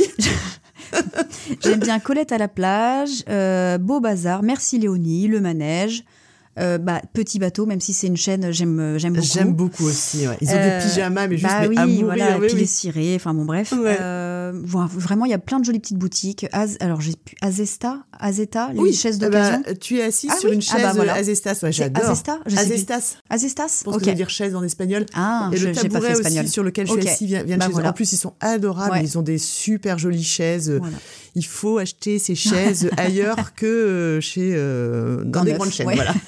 J'aime bien Colette à la plage, euh, Beau Bazar, Merci Léonie, Le Manège, euh, bah, Petit Bateau, même si c'est une chaîne, j'aime, j'aime beaucoup. J'aime beaucoup aussi. Ouais. Ils ont Euh, des pyjamas, mais juste bah mais oui, à mourir. voilà, oui, et puis oui. les cirés, enfin bon bref. Ouais. Euh, voilà, vraiment, il y a plein de jolies petites boutiques. Az, alors j'ai pu, Azesta, Azeta, les Oui, chaises eh d'occasion. ben, tu es assise Ah sur oui, une ah chaise bah voilà. euh, Azestas. Ouais, C'est j'adore. Azesta, je sais plus. Azestas. Azestas, Je pense ok. que ça veut dire chaise en espagnol. Ah, Et je le j'ai pas tabouret fait aussi espagnol. sur lequel Ok. je suis assise vient, vient de Bah chez eux. voilà. En plus, ils sont adorables. Ouais. Ils ont des super jolies chaises. Voilà. Il faut acheter ces chaises ailleurs que euh, chez euh, dans Grand des Neuf, grandes chaînes. ouais. Voilà.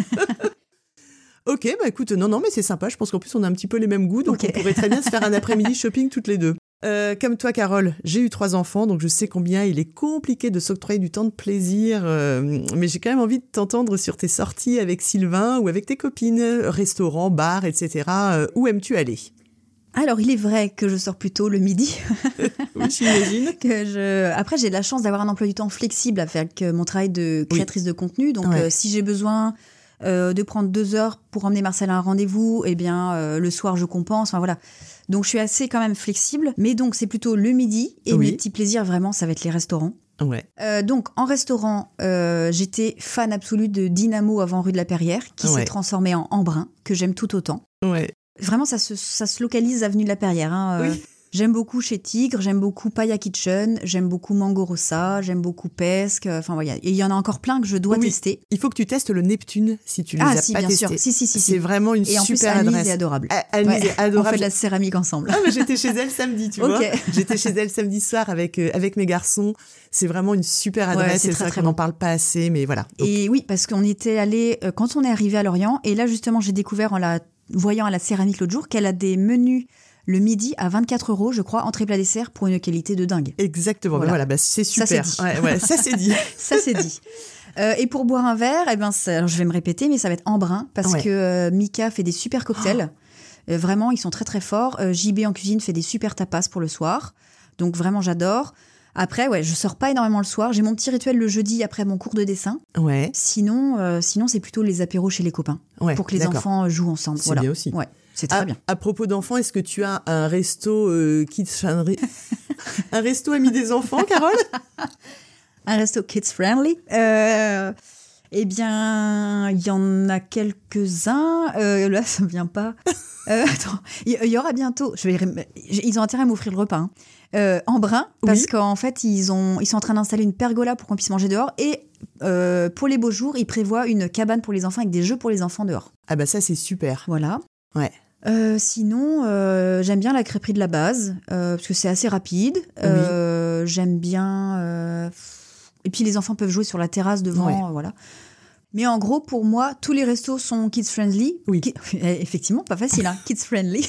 Ok, bah écoute, non, non, mais c'est sympa. Je pense qu'en plus, on a un petit peu les mêmes goûts, donc Ok. on pourrait très bien se faire un après-midi shopping toutes les deux. Euh, comme toi, Carole, j'ai eu trois enfants, donc je sais combien il est compliqué de s'octroyer du temps de plaisir. euh, mais j'ai quand même envie de t'entendre sur tes sorties avec Sylvain ou avec tes copines, restaurants, bars, et cetera. Euh, où aimes-tu aller? Alors, il est vrai que je sors plutôt le midi. Oui, j'imagine. que je... Après, j'ai de la chance d'avoir un emploi du temps flexible avec euh, mon travail de créatrice de contenu. Donc, Ouais. euh, si j'ai besoin euh, de prendre deux heures pour emmener Marcel à un rendez-vous, eh bien, euh, le soir, je compense. Enfin, voilà. Donc, je suis assez quand même flexible. Mais donc, c'est plutôt le midi. Et Oui. mes petits plaisirs, vraiment, ça va être les restaurants. Ouais. Euh, donc, en restaurant, euh, j'étais fan absolue de Dynamo avant rue de la Perrière, qui Ouais. s'est transformé en Embrun, que j'aime tout autant. Ouais. Vraiment, ça se, ça se localise avenue de la Perrière. Hein. Euh, Oui. J'aime beaucoup chez Tigre, j'aime beaucoup Paya Kitchen, j'aime beaucoup Mango Rossa, j'aime beaucoup Pesque. Enfin, voilà. Et il y en a encore plein que je dois Oui. tester. Il faut que tu testes le Neptune si tu les Ah, as si, pas bien testés. sûr. Si, si, si. C'est si. vraiment une Et en plus, super Anise adresse. est adorable. A- Anise Ouais. est adorable. On fait de la céramique ensemble. Ah, mais j'étais chez elle samedi, tu Ok. vois. J'étais chez elle samedi soir avec, euh, avec mes garçons. C'est vraiment une super Ouais, adresse. c'est et très, ça très qu'on n'en bon. parle pas assez, mais voilà. Donc, Et oui, parce qu'on y était allé euh, quand on est arrivé à Lorient. Et là, justement, j'ai découvert en la voyant à la céramique l'autre jour qu'elle a des menus le midi à vingt-quatre euros, je crois, entrée plat dessert pour une qualité de dingue. exactement. Voilà. Mais voilà, bah, c'est Ça, super. c'est dit. Ouais, ouais, ça, c'est dit. Ça, c'est dit. Euh, et pour boire un verre, eh ben, ça- alors je vais me répéter, mais ça va être Embrun, parce Ouais. que euh, Mika fait des super cocktails. Euh, vraiment, ils sont très très forts. Euh, J B en cuisine fait des super tapas pour le soir. Donc vraiment, j'adore. Après, ouais, je sors pas énormément le soir. J'ai mon petit rituel le jeudi après mon cours de dessin. Ouais. Sinon, euh, sinon c'est plutôt les apéros chez les copains, Ouais. pour que les d'accord. enfants euh, jouent ensemble. C'est Voilà. bien aussi. Ouais, c'est très à, bien. à propos d'enfants, est-ce que tu as un resto euh, kids friendly un resto ami des enfants, Carole? Un resto kids friendly. Euh, eh bien, il y en a quelques-uns. Euh, là, ça ne vient pas. Euh, attends, il y, y aura bientôt. Je vais, ils ont intérêt à m'offrir le repas. Hein. Euh, Embrun, parce Oui. qu'en fait, ils, ont, ils sont en train d'installer une pergola pour qu'on puisse manger dehors. Et euh, pour les beaux jours, ils prévoient une cabane pour les enfants avec des jeux pour les enfants dehors. Ah bah ça, c'est super. Voilà. Ouais. Euh, sinon, euh, j'aime bien la crêperie de la base, euh, parce que c'est assez rapide. Euh, j'aime bien... euh, Et puis les enfants peuvent jouer sur la terrasse devant, Ouais. euh, voilà. Mais en gros, pour moi, tous les restos sont kids-friendly. Oui. Ki- Effectivement, pas facile, hein, kids-friendly.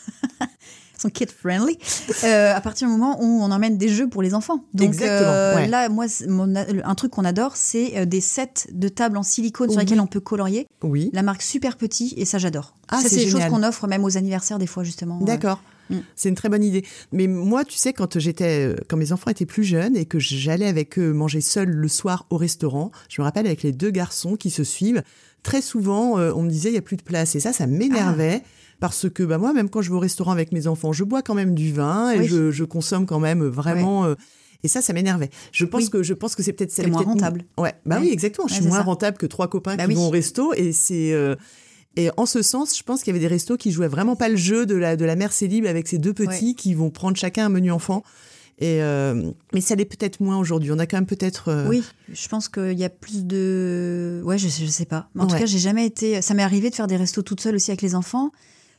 Ils sont kid-friendly. Euh, à partir du moment où on emmène des jeux pour les enfants. Donc Exactement, euh, ouais. là, moi, c'est- mon- un truc qu'on adore, c'est euh, des sets de tables en silicone sur Oui. lesquels on peut colorier. Oui. La marque Super Petit, et ça, j'adore. Ah, ça, c'est c'est des choses génial. qu'on offre même aux anniversaires, des fois, justement. D'accord. Mm. C'est une très bonne idée. Mais moi, tu sais, quand j'étais, euh, quand mes enfants étaient plus jeunes et que j'allais avec eux manger seul le soir au restaurant, je me rappelle avec les deux garçons qui se suivent, très souvent, euh, on me disait il y a plus de place. Et ça, ça m'énervait. Parce que bah, moi, même quand je vais au restaurant avec mes enfants, je bois quand même du vin et Oui. je, je consomme quand même vraiment. euh, et ça, ça m'énervait. Je pense Oui. que je pense que c'est peut-être C'est elle est moins peut-être- rentable. Ouais, bah Ouais. oui, exactement. Je Ouais, suis c'est moins ça. rentable que trois copains Bah qui oui. vont au resto et c'est. euh, Et en ce sens, je pense qu'il y avait des restos qui jouaient vraiment pas le jeu de la, de la mère célib avec ses deux petits ouais. qui vont prendre chacun un menu enfant. Et euh, mais ça l'est peut-être moins aujourd'hui. On a quand même peut-être... Euh... Oui, je pense qu'il y a plus de... Ouais, je, je sais pas. En ouais. tout cas, j'ai jamais été... Ça m'est arrivé de faire des restos toute seule aussi avec les enfants.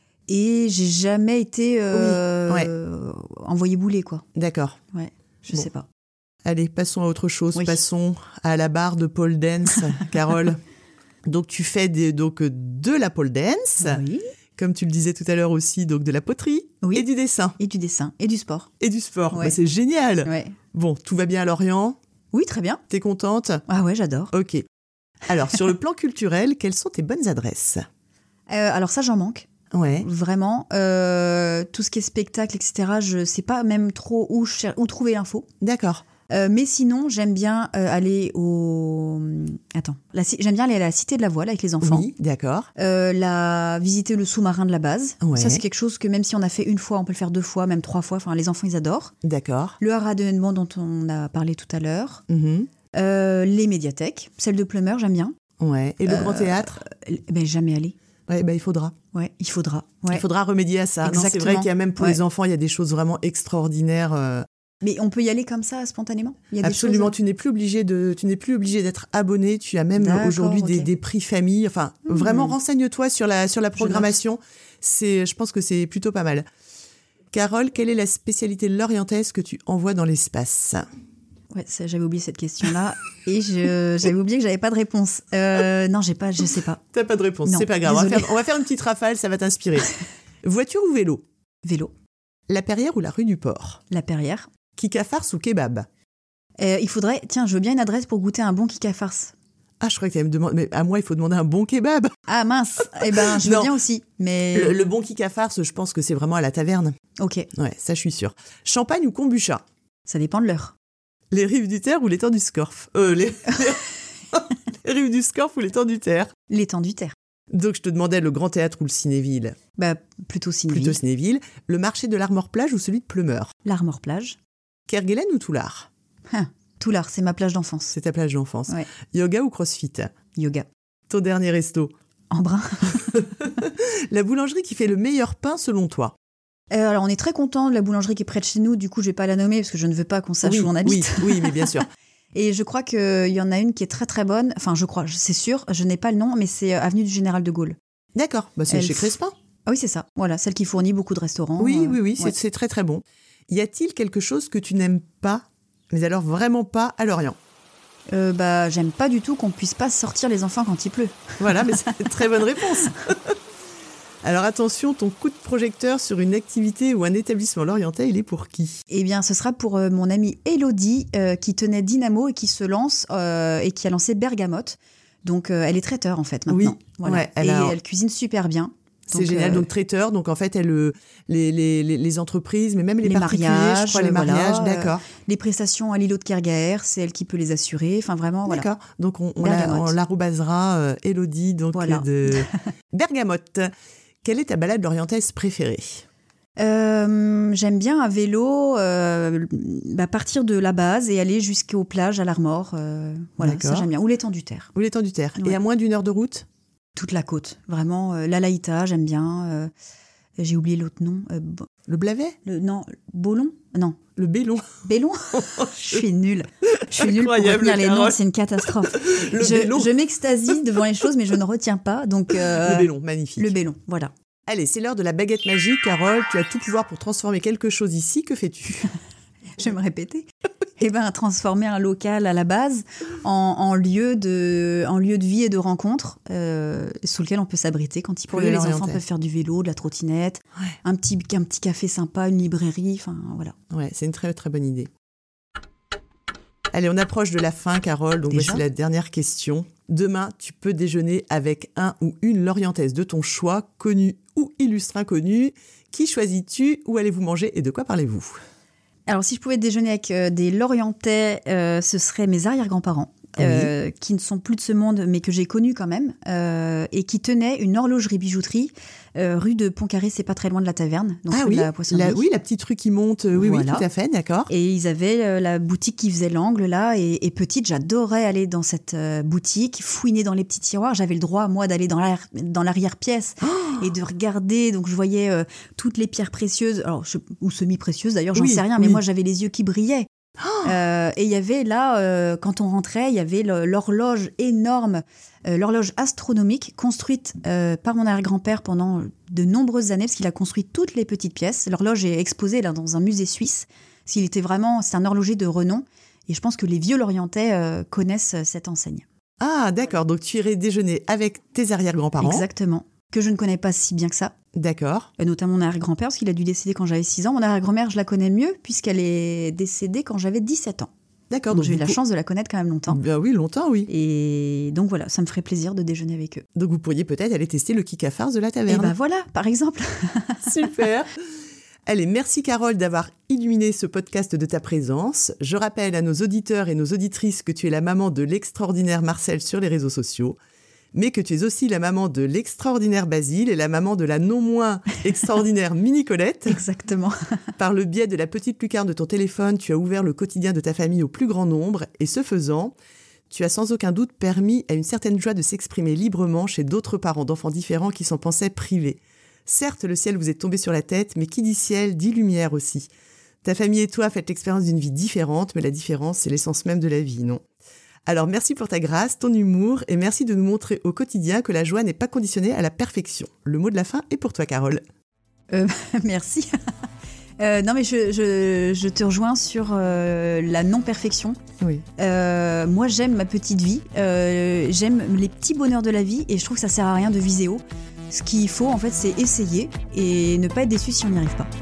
Et j'ai jamais été euh, oui. ouais. envoyée bouler, quoi. D'accord. Ouais, je bon. sais pas. Allez, passons à autre chose. Oui. Passons à la barre de pole dance, Carole. Donc, tu fais des, donc, de la pole dance, oui. comme tu le disais tout à l'heure aussi, donc de la poterie oui. et du dessin. Et du dessin, et du sport. Et du sport, ouais. bah, c'est génial. Ouais. Bon, tout va bien à Lorient ? Oui, très bien. T'es contente ? Ah ouais, j'adore. Ok. Alors, sur le plan culturel, quelles sont tes bonnes adresses ? euh, Alors ça, j'en manque. Ouais. Vraiment. Euh, tout ce qui est spectacle, et cetera, je sais pas même trop où, cher- où trouver l'info. D'accord. Euh, mais sinon, j'aime bien euh, aller au... Attends. La, j'aime bien aller à la Cité de la Voile avec les enfants. Oui, d'accord. Euh, la, visiter le sous-marin de la base. Ouais. Ça, c'est quelque chose que même si on a fait une fois, on peut le faire deux fois, même trois fois. Enfin, les enfants, ils adorent. D'accord. Le haras d'événements dont on a parlé tout à l'heure. Mm-hmm. Euh, les médiathèques. Celle de Pleumeur, j'aime bien. Ouais. Et le euh, Grand Théâtre ? euh, ben, jamais allé. Ouais, ben, il faudra. Ouais, il faudra. Ouais. Il faudra remédier à ça. Non, c'est vrai qu'il y a même pour ouais. les enfants, il y a des choses vraiment extraordinaires. Euh... Mais on peut y aller comme ça, spontanément. Il y a Absolument, des choses... tu n'es plus obligé de, tu n'es plus obligé d'être abonné. Tu as même D'accord, aujourd'hui okay. des, des prix famille. Enfin, mmh. vraiment, renseigne-toi sur la sur la programmation. C'est, je pense que c'est plutôt pas mal. Carole, quelle est la spécialité lorientaise que tu envoies dans l'espace ? Ouais, ça, j'avais oublié cette question-là et je, j'avais oublié que j'avais pas de réponse. Euh, non, j'ai pas, je sais pas. T'as pas de réponse, non, c'est pas grave. On va, faire, on va faire une petite rafale, ça va t'inspirer. Voiture ou vélo ? Vélo. La Perrière ou la rue du Port ? La Perrière. Kika farce ou kebab ? euh, Il faudrait... Tiens, je veux bien une adresse pour goûter un bon kika farce. Ah, je crois que tu allais me demander... Mais à moi, il faut demander un bon kebab. Ah mince. Eh ben, je veux non. bien aussi. Mais... Le, le bon kika farce, je pense que c'est vraiment à la taverne. Ok. Ouais, ça, je suis sûre. Champagne ou kombucha ? Ça dépend de l'heure. Les rives du Terre ou l'étang du Scorff ? Euh, les... les rives du Scorff ou l'étang du Terre ? L'étang du Terre. Donc, je te demandais le Grand Théâtre ou le Cinéville ? Bah, plutôt Cinéville. Plutôt Cinéville. Le marché de l'Armor-Plage ou celui de Pleumeur ? L'Armor-Plage. Kerguelen ou Toulard ? Hein, Toulard, c'est ma plage d'enfance. C'est ta plage d'enfance. Ouais. Yoga ou crossfit ? Yoga. Ton dernier resto ? Embrun. La boulangerie qui fait le meilleur pain selon toi ? Euh, alors, on est très content de la boulangerie qui est près de chez nous. Du coup, je vais pas la nommer parce que je ne veux pas qu'on sache oui, où on habite. Oui, oui, mais bien sûr. Et je crois qu'il y en a une qui est très très bonne. Enfin, je crois, c'est sûr. Je n'ai pas le nom, mais c'est Avenue du Général de Gaulle. D'accord. Bah, c'est Elle... chez Crespin. Ah oui, c'est ça. Voilà, celle qui fournit beaucoup de restaurants. Oui, euh... oui, oui. Ouais. C'est, c'est très très bon. Y a-t-il quelque chose que tu n'aimes pas, mais alors vraiment pas à Lorient ? euh, Bah, j'aime pas du tout qu'on puisse pas sortir les enfants quand il pleut. Voilà, mais c'est une très bonne réponse. Alors attention, ton coup de projecteur sur une activité ou un établissement lorientais, il est pour qui ? Eh bien, ce sera pour euh, mon amie Élodie, euh, qui tenait Dynamo et qui se lance euh, et qui a lancé Bergamote. Donc, euh, elle est traiteur en fait maintenant. Oui, voilà. ouais, elle et a... elle cuisine super bien. C'est donc, génial, euh... donc traiteur, donc en fait, elle, les, les, les, les entreprises, mais même les, les particuliers, mariages, je crois, les mariages, voilà, d'accord. Euh, les prestations à l'îlot de Kerguer, c'est elle qui peut les assurer, enfin vraiment, voilà. D'accord, donc on, on, la, on l'arrobasera, euh, Élodie, donc voilà. de Bergamote. Quelle est ta balade lorientaise préférée ? euh, J'aime bien à vélo, euh, bah, partir de la base et aller jusqu'aux plages à l'Armor, euh, voilà, d'accord. Ça j'aime bien, ou l'étang du Terre. Ou l'étang du Terre, ouais. Et à moins d'une heure de route ? Toute la côte, vraiment. Euh, L'Alaïta, j'aime bien. Euh, j'ai oublié l'autre nom. Euh, bo- le Blavet ? le, Non, Bolon ? Non. Le Bélon. Bélon ? Je suis nulle. Je suis nulle pour retenir les noms, c'est une catastrophe. Le je, Bélon. je m'extasie devant les choses, mais je ne retiens pas. Donc, euh, le Bélon, magnifique. Le Bélon, voilà. Allez, c'est l'heure de la baguette magique, Carole. Tu as tout pouvoir pour transformer quelque chose ici. Que fais-tu ? Je vais me répéter. Eh bien, transformer un local à la base en, en, lieu, de, en lieu de vie et de rencontre euh, sous lequel on peut s'abriter. Quand il pleut, les, les enfants peuvent faire du vélo, de la trottinette, ouais. un, petit, un petit café sympa, une librairie, enfin voilà. Ouais, c'est une très très bonne idée. Allez, on approche de la fin, Carole. Donc, Déjà voici la dernière question. Demain, tu peux déjeuner avec un ou une lorientaise de ton choix, connu ou illustre inconnu. Qui choisis-tu ? Où allez-vous manger et de quoi parlez-vous ? Alors, si je pouvais déjeuner avec euh, des Lorientais, euh, ce seraient mes arrière-grands-parents oui. euh, qui ne sont plus de ce monde, mais que j'ai connues quand même, euh, et qui tenaient une horlogerie-bijouterie euh, rue de Pontcarré, c'est pas très loin de la taverne, donc ah rue oui, de la Poissonnerie. La, oui, la petite rue qui monte, euh, oui, voilà. Oui, tout à fait, d'accord. Et ils avaient euh, la boutique qui faisait l'angle, là, et, et petite, j'adorais aller dans cette euh, boutique, fouiner dans les petits tiroirs. J'avais le droit, moi, d'aller dans, l'arrière, dans l'arrière-pièce oh et de regarder. Donc, je voyais euh, toutes les pierres précieuses, alors, je, ou semi-précieuses d'ailleurs, j'en oui, sais rien, oui. mais moi, j'avais les yeux qui brillaient. Oh euh, et il y avait là, euh, quand on rentrait, il y avait le, l'horloge énorme, euh, l'horloge astronomique construite euh, par mon arrière-grand-père pendant de nombreuses années, parce qu'il a construit toutes les petites pièces. L'horloge est exposée là dans un musée suisse. S'il était vraiment, c'est un horloger de renom. Et je pense que les vieux Lorientais euh, connaissent cette enseigne. Ah, d'accord. Donc tu irais déjeuner avec tes arrière-grands-parents. Exactement. Que je ne connais pas si bien que ça. D'accord. Et notamment mon arrière-grand-père, parce qu'il a dû décéder quand j'avais six ans. Mon arrière-grand-mère, je la connais mieux, puisqu'elle est décédée quand j'avais dix-sept ans. D'accord. Donc, donc j'ai eu la pour... chance de la connaître quand même longtemps. Ben oui, longtemps, oui. Et donc voilà, ça me ferait plaisir de déjeuner avec eux. Donc vous pourriez peut-être aller tester le kick à farce de la taverne. Et ben voilà, par exemple. Super. Allez, merci Carole d'avoir illuminé ce podcast de ta présence. Je rappelle à nos auditeurs et nos auditrices que tu es la maman de l'extraordinaire Marcel sur les réseaux sociaux, mais que tu es aussi la maman de l'extraordinaire Basile et la maman de la non moins extraordinaire Mini Colette. Exactement. Par le biais de la petite lucarne de ton téléphone, tu as ouvert le quotidien de ta famille au plus grand nombre et ce faisant, tu as sans aucun doute permis à une certaine joie de s'exprimer librement chez d'autres parents d'enfants différents qui s'en pensaient privés. Certes, le ciel vous est tombé sur la tête, mais qui dit ciel, dit lumière aussi. Ta famille et toi faites l'expérience d'une vie différente, mais la différence, c'est l'essence même de la vie, non ? Alors merci pour ta grâce, ton humour, et merci de nous montrer au quotidien que la joie n'est pas conditionnée à la perfection. Le mot de la fin est pour toi, Carole. Euh, merci. euh, non mais je, je, je te rejoins sur euh, la non-perfection. Oui. Euh, moi j'aime ma petite vie, euh, j'aime les petits bonheurs de la vie, et je trouve que ça sert à rien de viser haut. Ce qu'il faut, en fait, c'est essayer et ne pas être déçu si on n'y arrive pas.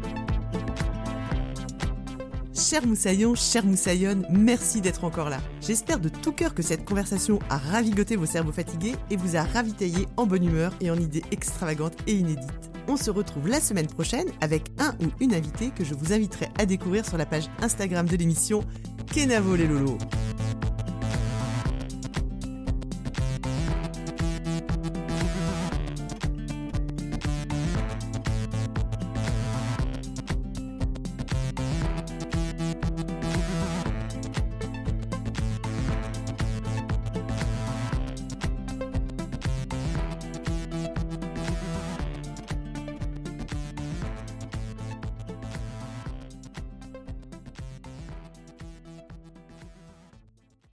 Cher Moussaillon, chère Moussaillonne, merci d'être encore là. J'espère de tout cœur que cette conversation a ravigoté vos cerveaux fatigués et vous a ravitaillé en bonne humeur et en idées extravagantes et inédites. On se retrouve la semaine prochaine avec un ou une invitée que je vous inviterai à découvrir sur la page Instagram de l'émission Kenavo les Lolos.